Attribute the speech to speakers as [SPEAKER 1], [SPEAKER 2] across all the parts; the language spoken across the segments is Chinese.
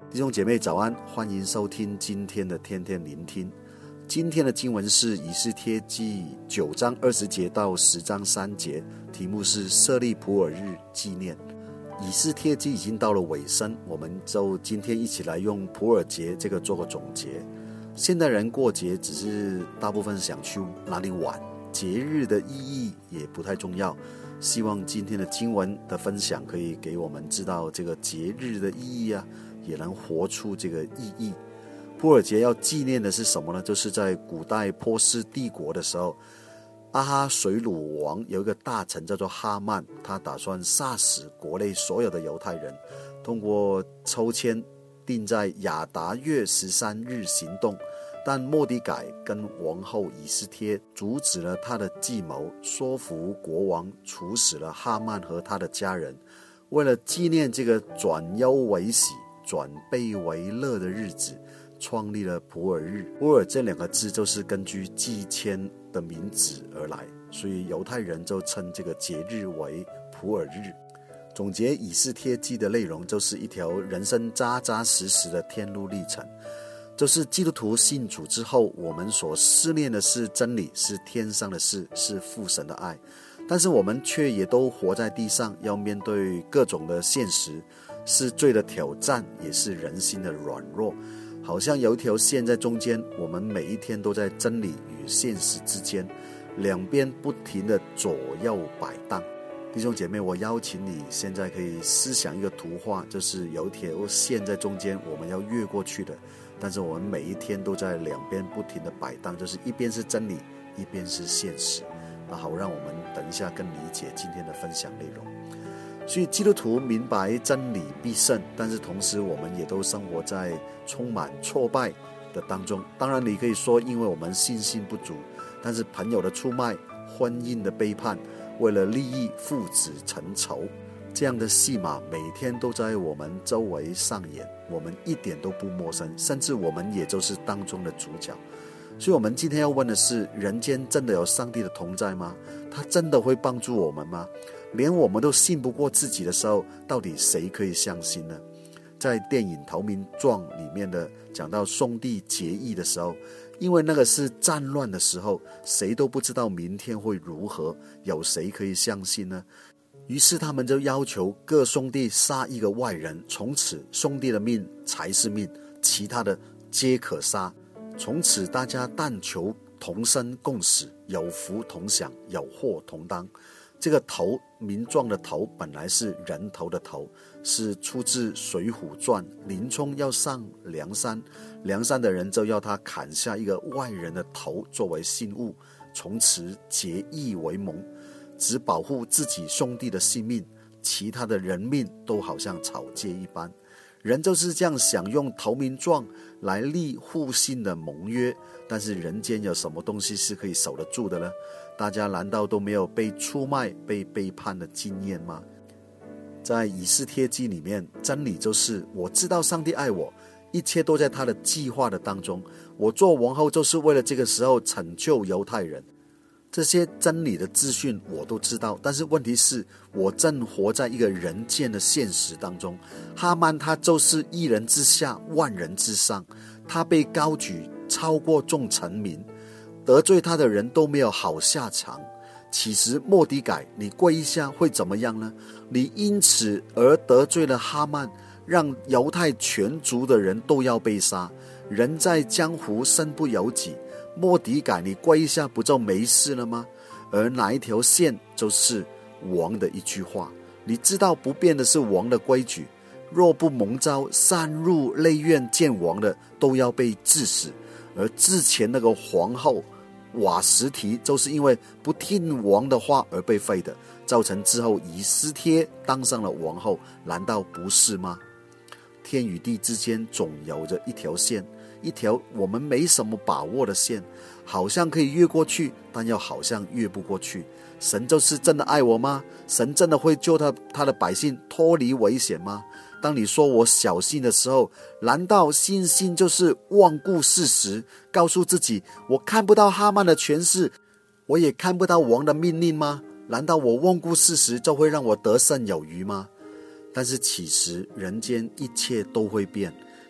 [SPEAKER 1] 弟兄姐妹早安，欢迎收听今天的天天聆听。今天的经文是以斯帖记9章20节到10章3节，题目是设立普珥日纪念。以斯帖记已经到了尾声，我们就今天一起来用普珥节这个做个总结。现代人过节只是大部分想去哪里玩，节日的意义也不太重要。希望今天的经文的分享可以给我们知道这个节日的意义也能活出这个意义。普珥节要纪念的是什么呢？就是在古代波斯帝国的时候，阿哈水鲁王有一个大臣叫做哈曼，他打算杀死国内所有的犹太人，通过抽签定在亚达月13日行动。但末底改跟王后以斯帖阻止了他的计谋，说服国王处死了哈曼和他的家人。为了纪念这个转忧为喜、转悲为乐的日子，创立了普珥日。普珥这2个字就是根据祭签的名字而来，所以犹太人就称这个节日为普珥日。总结以斯帖记的内容，就是一条人生扎扎实实的天路历程。就是基督徒信主之后，我们所思念的是真理，是天上的事，是父神的爱，但是我们却也都活在地上，要面对各种的现实，是罪的挑战，也是人心的软弱。好像有一条线在中间，我们每一天都在真理与现实之间，两边不停的左右摆荡。弟兄姐妹，我邀请你现在可以思想一个图画，就是有一条线在中间，我们要越过去的，但是我们每一天都在两边不停的摆荡，就是一边是真理，一边是现实。那好，让我们等一下更理解今天的分享内容。所以基督徒明白真理必胜，但是同时我们也都生活在充满挫败的当中。当然你可以说因为我们信心不足，但是朋友的出卖、婚姻的背叛、为了利益父子成仇，这样的戏码每天都在我们周围上演，我们一点都不陌生，甚至我们也就是当中的主角。所以我们今天要问的是，人间真的有上帝的同在吗？他真的会帮助我们吗？连我们都信不过自己的时候，到底谁可以相信呢？在电影《投名状》里面的讲到兄弟结义的时候，因为那个是战乱的时候，谁都不知道明天会如何，有谁可以相信呢？于是他们就要求各兄弟杀一个外人，从此兄弟的命才是命，其他的皆可杀。从此大家但求同生共死，有福同享，有祸同当。这个头名状的头本来是人头的头，是出自《水浒传》，林冲要上梁山，梁山的人就要他砍下一个外人的头作为信物，从此结义为盟，只保护自己兄弟的性命，其他的人命都好像草芥一般。人就是这样想用投名状来立互信的盟约，但是人间有什么东西是可以守得住的呢？大家难道都没有被出卖、被背叛的经验吗？在以斯帖记里面，真理就是我知道上帝爱我，一切都在他的计划的当中，我做王后就是为了这个时候拯救犹太人。这些真理的资讯我都知道，但是问题是我正活在一个人间的现实当中。哈曼他就是一人之下，万人之上，他被高举超过众臣民，得罪他的人都没有好下场。其实末底改你跪一下会怎么样呢？你因此而得罪了哈曼，让犹太全族的人都要被杀。人在江湖身不由己，末底改你跪一下不就没事了吗？而哪一条线就是王的一句话，你知道不变的是王的规矩，若不蒙召擅入内院见王的都要被治死。而之前那个皇后瓦实提就是因为不听王的话而被废的，造成之后以斯帖当上了王后，难道不是吗？天与地之间总有着一条线，一条我们没什么把握的线，好像可以越过去，但又好像越不过去。神就是真的爱我吗？神真的会救他的百姓脱离危险吗？当你说我小信的时候，难道信心就是罔顾事实，告诉自己我看不到哈曼的权势，我也看不到王的命令吗？难道我罔顾事实就会让我得胜有余吗？但是其实人间一切都会变，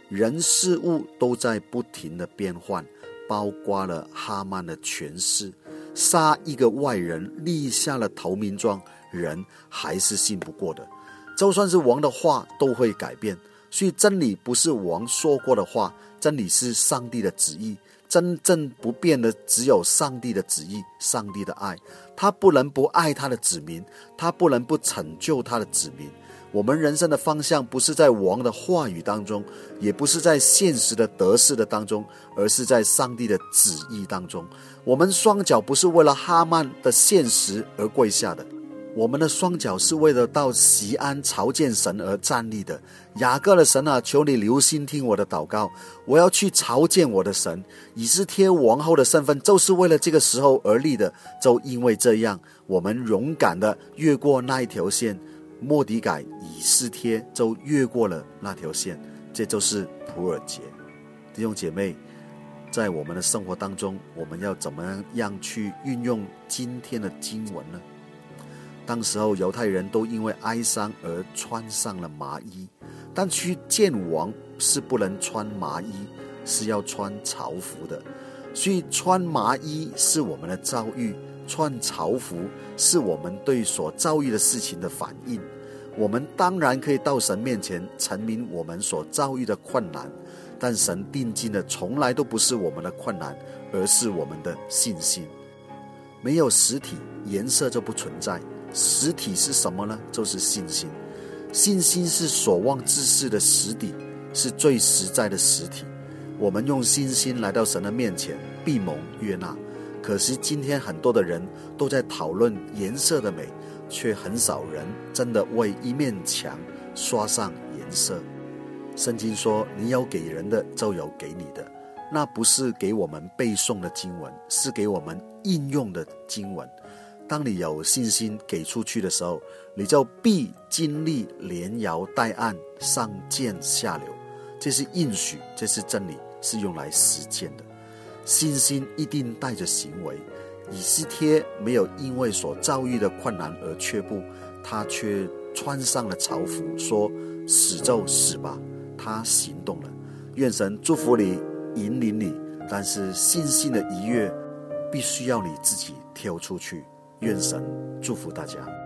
[SPEAKER 1] 人事物都在不停的变换，包括了哈曼的权势，杀一个外人立下了投名状，人还是信不过的。就算是王的话都会改变，所以真理不是王说过的话，真理是上帝的旨意。真正不变的只有上帝的旨意，上帝的爱。他不能不爱他的子民，他不能不拯救他的子民。我们人生的方向不是在王的话语当中，也不是在现实的得失的当中，而是在上帝的旨意当中。我们双脚不是为了哈曼的现实而跪下的，我们的双脚是为了到锡安朝见神而站立的。雅各的神啊，求你留心听我的祷告，我要去朝见我的神。以斯帖王后的身份就是为了这个时候而立的，就因为这样，我们勇敢的越过那一条线，末底改、以斯帖就越过了那条线，这就是普珥节。弟兄姐妹，在我们的生活当中，我们要怎么样去运用今天的经文呢？当时候犹太人都因为哀伤而穿上了麻衣，但去见王是不能穿麻衣，是要穿朝服的。所以穿麻衣是我们的遭遇，穿朝服是我们对所遭遇的事情的反应。我们当然可以到神面前陈明我们所遭遇的困难，但神定睛的从来都不是我们的困难，而是我们的信心。没有实体，颜色就不存在。实体是什么呢？就是信心。信心是所望之事的实底，是最实在的实体。我们用信心来到神的面前，必蒙悦纳。可是今天很多的人都在讨论颜色的美，却很少人真的为一面墙刷上颜色。圣经说，你有给人的就有给你的，那不是给我们背诵的经文，是给我们应用的经文。当你有信心给出去的时候，你就必经历连摇带按，上见下流。这是应许，这是真理，是用来实践的。信心一定带着行为。以斯帖没有因为所遭遇的困难而却步，他却穿上了朝服，说死就死吧，他行动了。愿神祝福你，引领你，但是信心的一跃必须要你自己跳出去。愿神祝福大家。